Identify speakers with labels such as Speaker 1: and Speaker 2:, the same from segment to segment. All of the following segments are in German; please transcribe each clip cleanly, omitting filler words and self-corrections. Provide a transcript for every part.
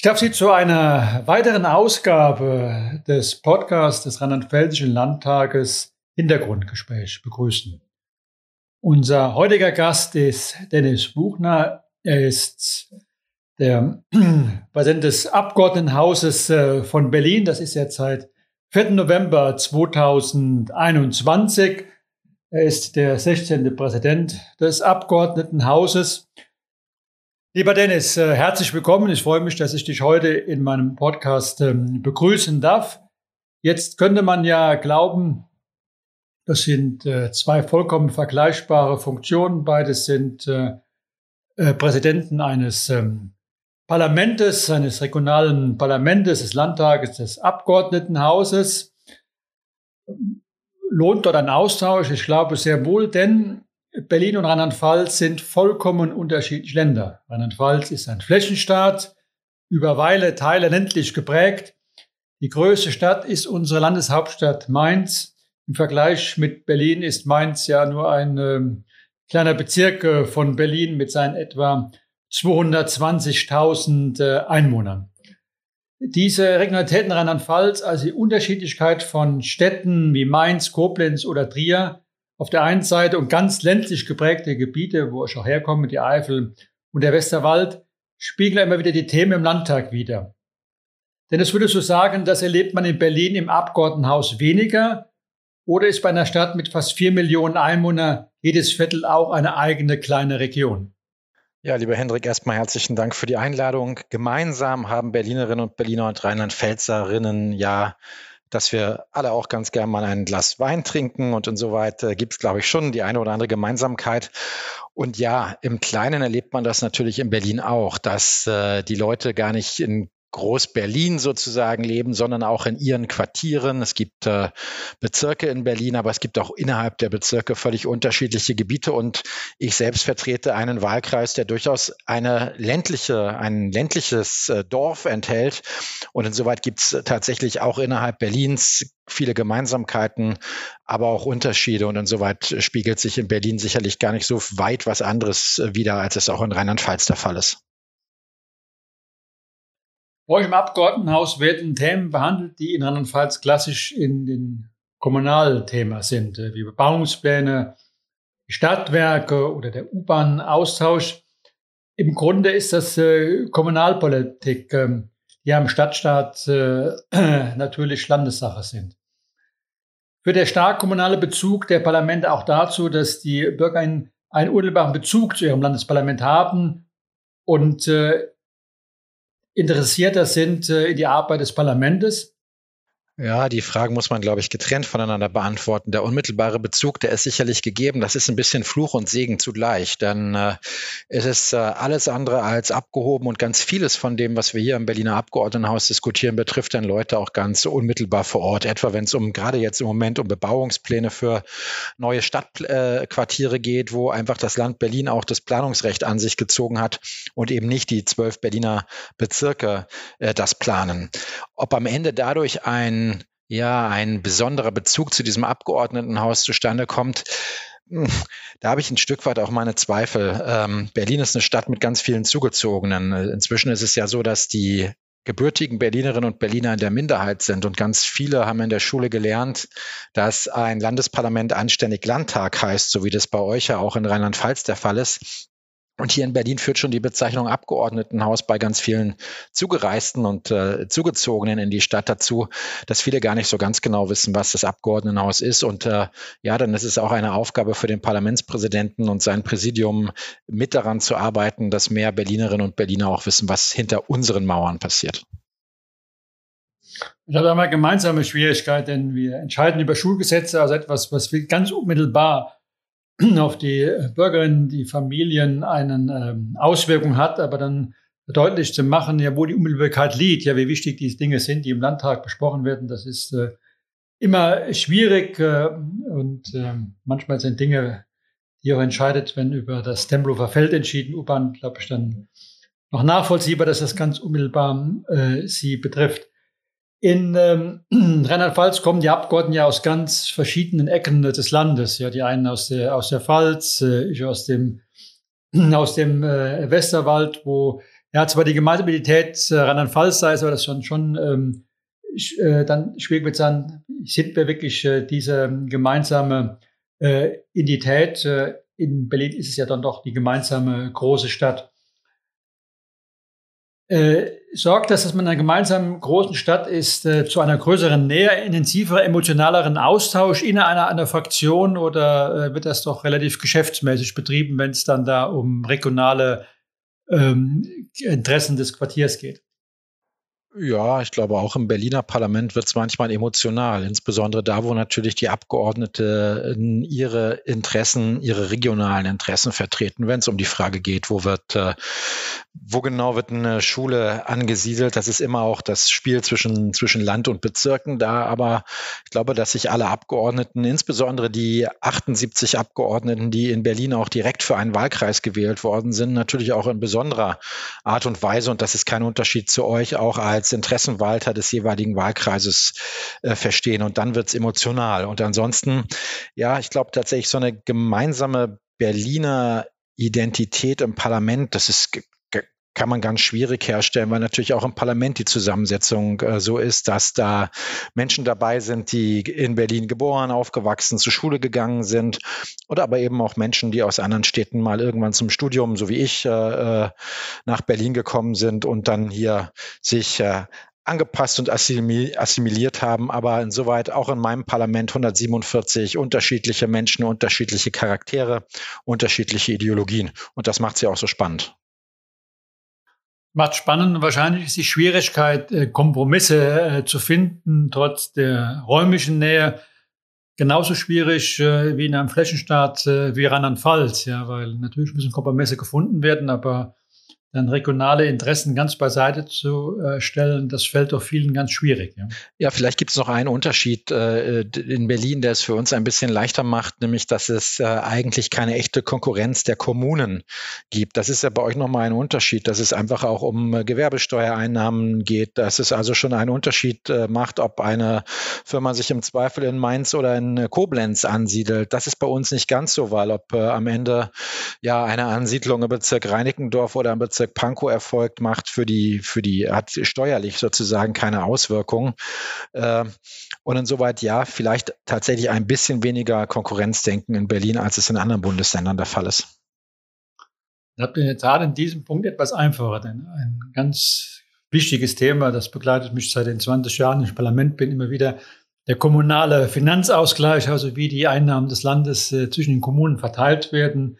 Speaker 1: Ich darf Sie zu einer weiteren Ausgabe des Podcasts des Rheinland-Pfälzischen Landtages Hintergrundgespräch begrüßen. Unser heutiger Gast ist Dennis Buchner. Er ist der Präsident des Abgeordnetenhauses von Berlin. Das ist jetzt seit 4. November 2021. Er ist der 16. Präsident des Abgeordnetenhauses. Lieber Dennis, herzlich willkommen. Ich freue mich, dass ich dich heute in meinem Podcast begrüßen darf. Jetzt könnte man ja glauben, das sind zwei vollkommen vergleichbare Funktionen. Beides sind Präsidenten eines Parlamentes, eines regionalen Parlamentes, des Landtages, des Abgeordnetenhauses. Lohnt dort ein Austausch? Ich glaube sehr wohl, denn Berlin und Rheinland-Pfalz sind vollkommen unterschiedliche Länder. Rheinland-Pfalz ist ein Flächenstaat, über weite Teile ländlich geprägt. Die größte Stadt ist unsere Landeshauptstadt Mainz. Im Vergleich mit Berlin ist Mainz ja nur ein kleiner Bezirk von Berlin mit seinen etwa 220.000 Einwohnern. Diese Regionalitäten Rheinland-Pfalz, also die Unterschiedlichkeit von Städten wie Mainz, Koblenz oder Trier, auf der einen Seite und ganz ländlich geprägte Gebiete, wo ich auch herkomme, die Eifel und der Westerwald, spiegeln immer wieder die Themen im Landtag wider. Denn es würde so sagen, das erlebt man in Berlin im Abgeordnetenhaus weniger, oder ist bei einer Stadt mit fast 4 Millionen Einwohnern jedes Viertel auch eine eigene kleine Region?
Speaker 2: Ja, lieber Hendrik, erstmal herzlichen Dank für die Einladung. Gemeinsam haben Berlinerinnen und Berliner und Rheinland-Pfälzerinnen ja, dass wir alle auch ganz gern mal ein Glas Wein trinken, und insoweit gibt es, glaube ich, schon die eine oder andere Gemeinsamkeit. Und ja, im Kleinen erlebt man das natürlich in Berlin auch, dass die Leute gar nicht in Groß-Berlin sozusagen leben, sondern auch in ihren Quartieren. Es gibt Bezirke in Berlin, aber es gibt auch innerhalb der Bezirke völlig unterschiedliche Gebiete. Und ich selbst vertrete einen Wahlkreis, der durchaus ein ländliches Dorf enthält. Und insoweit gibt es tatsächlich auch innerhalb Berlins viele Gemeinsamkeiten, aber auch Unterschiede. Und insoweit spiegelt sich in Berlin sicherlich gar nicht so weit was anderes wider, als es auch in Rheinland-Pfalz der Fall ist.
Speaker 1: Bei euch im Abgeordnetenhaus werden Themen behandelt, die in Rheinland-Pfalz klassisch in den Kommunalthema sind, wie Bebauungspläne, Stadtwerke oder der U-Bahn-Austausch. Im Grunde ist das Kommunalpolitik, die ja im Stadtstaat natürlich Landessache sind. Führt der stark kommunale Bezug der Parlamente auch dazu, dass die Bürger einen unmittelbaren Bezug zu ihrem Landesparlament haben und interessierter sind in die Arbeit des Parlaments?
Speaker 2: Ja, die Fragen muss man, glaube ich, getrennt voneinander beantworten. Der unmittelbare Bezug, der ist sicherlich gegeben. Das ist ein bisschen Fluch und Segen zugleich, denn es ist alles andere als abgehoben, und ganz vieles von dem, was wir hier im Berliner Abgeordnetenhaus diskutieren, betrifft dann Leute auch ganz unmittelbar vor Ort. Etwa wenn es gerade jetzt im Moment um Bebauungspläne für neue Stadtquartiere geht, wo einfach das Land Berlin auch das Planungsrecht an sich gezogen hat und eben nicht die 12 Berliner Bezirke das planen. Ob am Ende dadurch ein besonderer Bezug zu diesem Abgeordnetenhaus zustande kommt, da habe ich ein Stück weit auch meine Zweifel. Berlin ist eine Stadt mit ganz vielen Zugezogenen. Inzwischen ist es ja so, dass die gebürtigen Berlinerinnen und Berliner in der Minderheit sind, und ganz viele haben in der Schule gelernt, dass ein Landesparlament anständig Landtag heißt, so wie das bei euch ja auch in Rheinland-Pfalz der Fall ist. Und hier in Berlin führt schon die Bezeichnung Abgeordnetenhaus bei ganz vielen Zugereisten und Zugezogenen in die Stadt dazu, dass viele gar nicht so ganz genau wissen, was das Abgeordnetenhaus ist. Und dann ist es auch eine Aufgabe für den Parlamentspräsidenten und sein Präsidium, mit daran zu arbeiten, dass mehr Berlinerinnen und Berliner auch wissen, was hinter unseren Mauern passiert.
Speaker 1: Ich habe da mal gemeinsame Schwierigkeit, denn wir entscheiden über Schulgesetze, also etwas, was wir ganz unmittelbar auf die Bürgerinnen, die Familien eine Auswirkung hat, aber dann deutlich zu machen, ja, wo die Unmittelbarkeit liegt, ja, wie wichtig diese Dinge sind, die im Landtag besprochen werden, das ist immer schwierig und manchmal sind Dinge, die auch entscheidet, wenn über das Tempelhofer Feld entschieden, U-Bahn, glaube ich, dann noch nachvollziehbar, dass das ganz unmittelbar sie betrifft. In Rheinland-Pfalz kommen die Abgeordneten ja aus ganz verschiedenen Ecken des Landes. Ja, die einen aus der Pfalz, ich aus dem Westerwald, wo Ja, zwar die Gemeindeidentität Rheinland-Pfalz sei es, aber das schon dann schwierig wird sein, sind wir wirklich diese gemeinsame Identität. In Berlin ist es ja dann doch die gemeinsame große Stadt. Sorgt das, dass man in einer gemeinsamen großen Stadt ist, zu einer größeren Nähe, intensiveren, emotionaleren Austausch innerhalb einer Fraktion, oder wird das doch relativ geschäftsmäßig betrieben, wenn es dann da um regionale Interessen des Quartiers geht?
Speaker 2: Ja, ich glaube, auch im Berliner Parlament wird es manchmal emotional, insbesondere da, wo natürlich die Abgeordneten ihre Interessen, ihre regionalen Interessen vertreten, wenn es um die Frage geht, wo genau wird eine Schule angesiedelt. Das ist immer auch das Spiel zwischen Land und Bezirken da. Aber ich glaube, dass sich alle Abgeordneten, insbesondere die 78 Abgeordneten, die in Berlin auch direkt für einen Wahlkreis gewählt worden sind, natürlich auch in besonderer Art und Weise, und das ist kein Unterschied zu euch, auch als Interessenwalter des jeweiligen Wahlkreises verstehen. Und dann wird es emotional. Und ansonsten, ja, ich glaube tatsächlich, so eine gemeinsame Berliner Identität im Parlament, kann man ganz schwierig herstellen, weil natürlich auch im Parlament die Zusammensetzung so ist, dass da Menschen dabei sind, die in Berlin geboren, aufgewachsen, zur Schule gegangen sind, oder aber eben auch Menschen, die aus anderen Städten mal irgendwann zum Studium, so wie ich, nach Berlin gekommen sind und dann hier sich angepasst und assimiliert haben, aber insoweit auch in meinem Parlament 147 unterschiedliche Menschen, unterschiedliche Charaktere, unterschiedliche Ideologien. Und das macht es ja auch so spannend.
Speaker 1: Macht spannend. Wahrscheinlich ist die Schwierigkeit, Kompromisse zu finden, trotz der räumlichen Nähe, genauso schwierig wie in einem Flächenstaat wie Rheinland-Pfalz. Ja, weil natürlich müssen Kompromisse gefunden werden, aber dann regionale Interessen ganz beiseite zu stellen, das fällt doch vielen ganz schwierig.
Speaker 2: Ja, vielleicht gibt es noch einen Unterschied in Berlin, der es für uns ein bisschen leichter macht, nämlich, dass es eigentlich keine echte Konkurrenz der Kommunen gibt. Das ist ja bei euch nochmal ein Unterschied, dass es einfach auch um Gewerbesteuereinnahmen geht, dass es also schon einen Unterschied macht, ob eine Firma sich im Zweifel in Mainz oder in Koblenz ansiedelt. Das ist bei uns nicht ganz so, weil ob am Ende ja eine Ansiedlung im Bezirk Reinickendorf oder im Bezirk Pankow erfolgt, hat steuerlich sozusagen keine Auswirkungen. Und insoweit ja, vielleicht tatsächlich ein bisschen weniger Konkurrenzdenken in Berlin, als es in anderen Bundesländern der Fall ist.
Speaker 1: Das habt ihr jetzt gerade in diesem Punkt etwas einfacher, denn ein ganz wichtiges Thema, das begleitet mich seit den 20 Jahren im Parlament, bin immer wieder der kommunale Finanzausgleich, also wie die Einnahmen des Landes zwischen den Kommunen verteilt werden.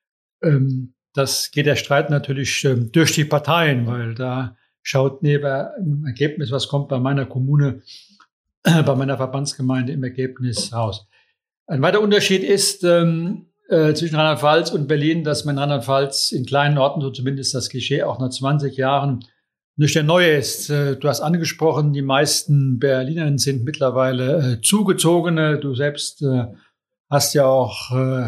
Speaker 1: Das geht der Streit natürlich durch die Parteien, weil da schaut neben im Ergebnis, was kommt bei meiner Kommune, bei meiner Verbandsgemeinde im Ergebnis raus. Ein weiterer Unterschied ist zwischen Rheinland-Pfalz und Berlin, dass man in Rheinland-Pfalz in kleinen Orten, so zumindest das Klischee, auch nach 20 Jahren nicht der Neue ist. Du hast angesprochen, die meisten Berlinerinnen sind mittlerweile Zugezogene. Du selbst hast ja auch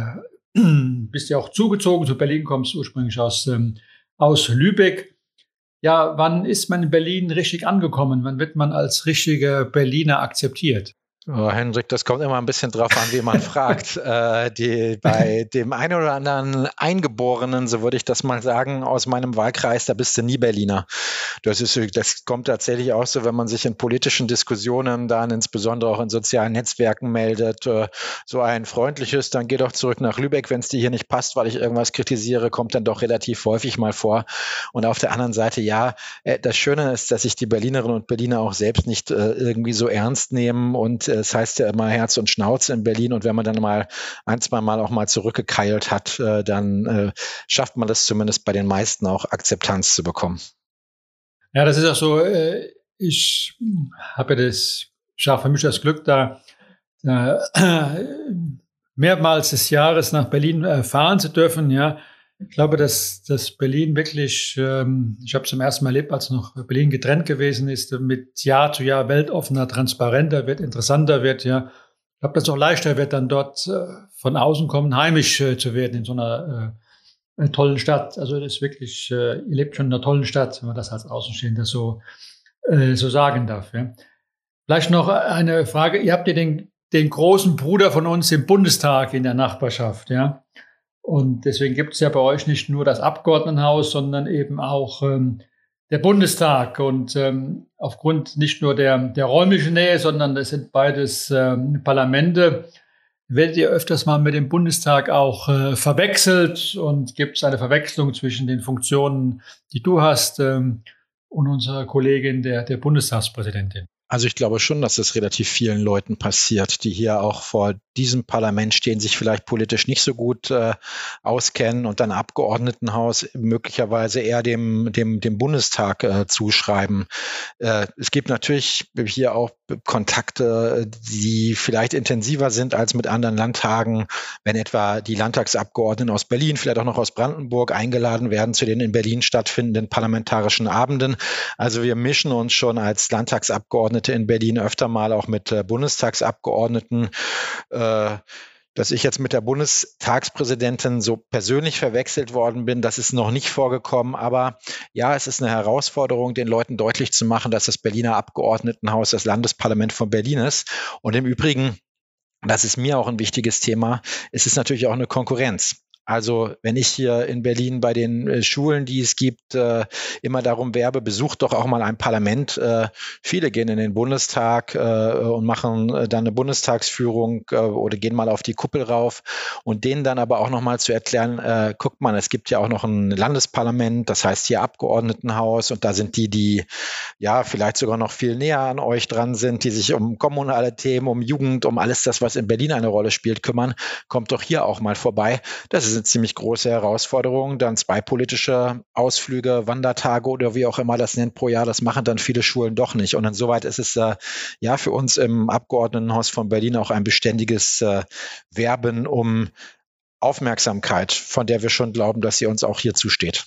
Speaker 1: bist ja auch zugezogen zu Berlin, kommst ursprünglich aus Lübeck. Ja, wann ist man in Berlin richtig angekommen? Wann wird man als richtiger Berliner akzeptiert?
Speaker 2: Oh, Hendrik, das kommt immer ein bisschen drauf an, wie man fragt. Bei dem einen oder anderen Eingeborenen, so würde ich das mal sagen, aus meinem Wahlkreis, da bist du nie Berliner. Das kommt tatsächlich auch so, wenn man sich in politischen Diskussionen dann insbesondere auch in sozialen Netzwerken meldet, so ein freundliches, dann geh doch zurück nach Lübeck, wenn es dir hier nicht passt, weil ich irgendwas kritisiere, kommt dann doch relativ häufig mal vor. Und auf der anderen Seite, ja, das Schöne ist, dass sich die Berlinerinnen und Berliner auch selbst nicht irgendwie so ernst nehmen, und es heißt ja immer Herz und Schnauze in Berlin, und wenn man dann mal ein, zwei Mal auch mal zurückgekeilt hat, dann schafft man das zumindest bei den meisten auch, Akzeptanz zu bekommen.
Speaker 1: Ja, das ist auch so. Ich habe für mich das Glück, da mehrmals des Jahres nach Berlin fahren zu dürfen. Ja, ich glaube, dass Berlin wirklich, ich habe es zum ersten Mal erlebt, als noch Berlin getrennt gewesen ist, mit Jahr zu Jahr weltoffener, transparenter wird, interessanter wird. Ja, ich glaube, dass es auch leichter wird, dann dort von außen kommen, heimisch zu werden in so einer tollen Stadt. Also das ist wirklich, ihr lebt schon in einer tollen Stadt, wenn man das als Außenstehender so sagen darf. Ja. Vielleicht noch eine Frage. Ihr habt ja den großen Bruder von uns im Bundestag in der Nachbarschaft, ja. Und deswegen gibt es ja bei euch nicht nur das Abgeordnetenhaus, sondern eben auch der Bundestag. Und aufgrund nicht nur der räumlichen Nähe, sondern das sind beides Parlamente, werdet ihr öfters mal mit dem Bundestag auch verwechselt und gibt es eine Verwechslung zwischen den Funktionen, die du hast, und unserer Kollegin, der Bundestagspräsidentin?
Speaker 2: Also ich glaube schon, dass es relativ vielen Leuten passiert, die hier auch vor diesem Parlament stehen, sich vielleicht politisch nicht so gut auskennen und dann Abgeordnetenhaus möglicherweise eher dem Bundestag zuschreiben. Es gibt natürlich hier auch Kontakte, die vielleicht intensiver sind als mit anderen Landtagen, wenn etwa die Landtagsabgeordneten aus Berlin, vielleicht auch noch aus Brandenburg eingeladen werden zu den in Berlin stattfindenden parlamentarischen Abenden. Also wir mischen uns schon als Landtagsabgeordnete in Berlin öfter mal auch mit Bundestagsabgeordneten. Dass ich jetzt mit der Bundestagspräsidentin so persönlich verwechselt worden bin, das ist noch nicht vorgekommen. Aber ja, es ist eine Herausforderung, den Leuten deutlich zu machen, dass das Berliner Abgeordnetenhaus das Landesparlament von Berlin ist. Und im Übrigen, das ist mir auch ein wichtiges Thema, es ist natürlich auch eine Konkurrenz. Also wenn ich hier in Berlin bei den Schulen, die es gibt, immer darum werbe, besucht doch auch mal ein Parlament. Viele gehen in den Bundestag und machen dann eine Bundestagsführung oder gehen mal auf die Kuppel rauf und denen dann aber auch nochmal zu erklären, guckt mal, es gibt ja auch noch ein Landesparlament, das heißt hier Abgeordnetenhaus und da sind die ja vielleicht sogar noch viel näher an euch dran sind, die sich um kommunale Themen, um Jugend, um alles das, was in Berlin eine Rolle spielt, kümmern. Kommt doch hier auch mal vorbei. Das ist eine ziemlich große Herausforderung. Dann 2 politische Ausflüge, Wandertage oder wie auch immer das nennt pro Jahr, das machen dann viele Schulen doch nicht. Und insoweit ist es ja für uns im Abgeordnetenhaus von Berlin auch ein beständiges Werben um Aufmerksamkeit, von der wir schon glauben, dass sie uns auch hier zusteht.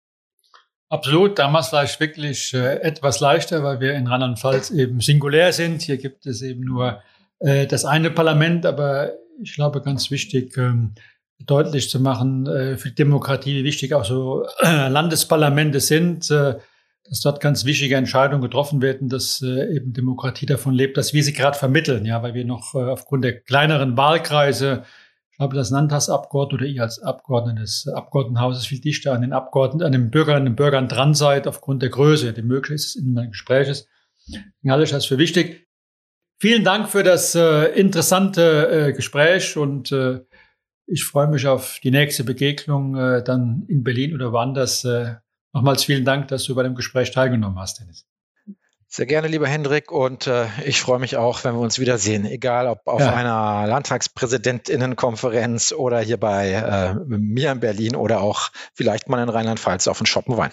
Speaker 1: Absolut, damals war es wirklich etwas leichter, weil wir in Rheinland-Pfalz eben singulär sind. Hier gibt es eben nur das eine Parlament, aber ich glaube, ganz wichtig, deutlich zu machen, für die Demokratie, wie wichtig auch so Landesparlamente sind, dass dort ganz wichtige Entscheidungen getroffen werden, dass eben Demokratie davon lebt, dass wir sie gerade vermitteln, ja, weil wir noch aufgrund der kleineren Wahlkreise, ich glaube, das Landtagsabgeordnete oder ihr als Abgeordnete des Abgeordnetenhauses viel dichter an den Abgeordneten, an den Bürgerinnen und Bürgern dran seid, aufgrund der Größe, die möglich ist in einem Gespräch ist. Ich halte das für wichtig. Vielen Dank für das interessante Gespräch und ich freue mich auf die nächste Begegnung dann in Berlin oder woanders. Nochmals vielen Dank, dass du bei dem Gespräch teilgenommen hast, Dennis.
Speaker 2: Sehr gerne, lieber Hendrik. Und ich freue mich auch, wenn wir uns wiedersehen. Egal, ob auf einer Landtagspräsidentinnenkonferenz oder hier bei mir in Berlin oder auch vielleicht mal in Rheinland-Pfalz auf den Schoppenwein.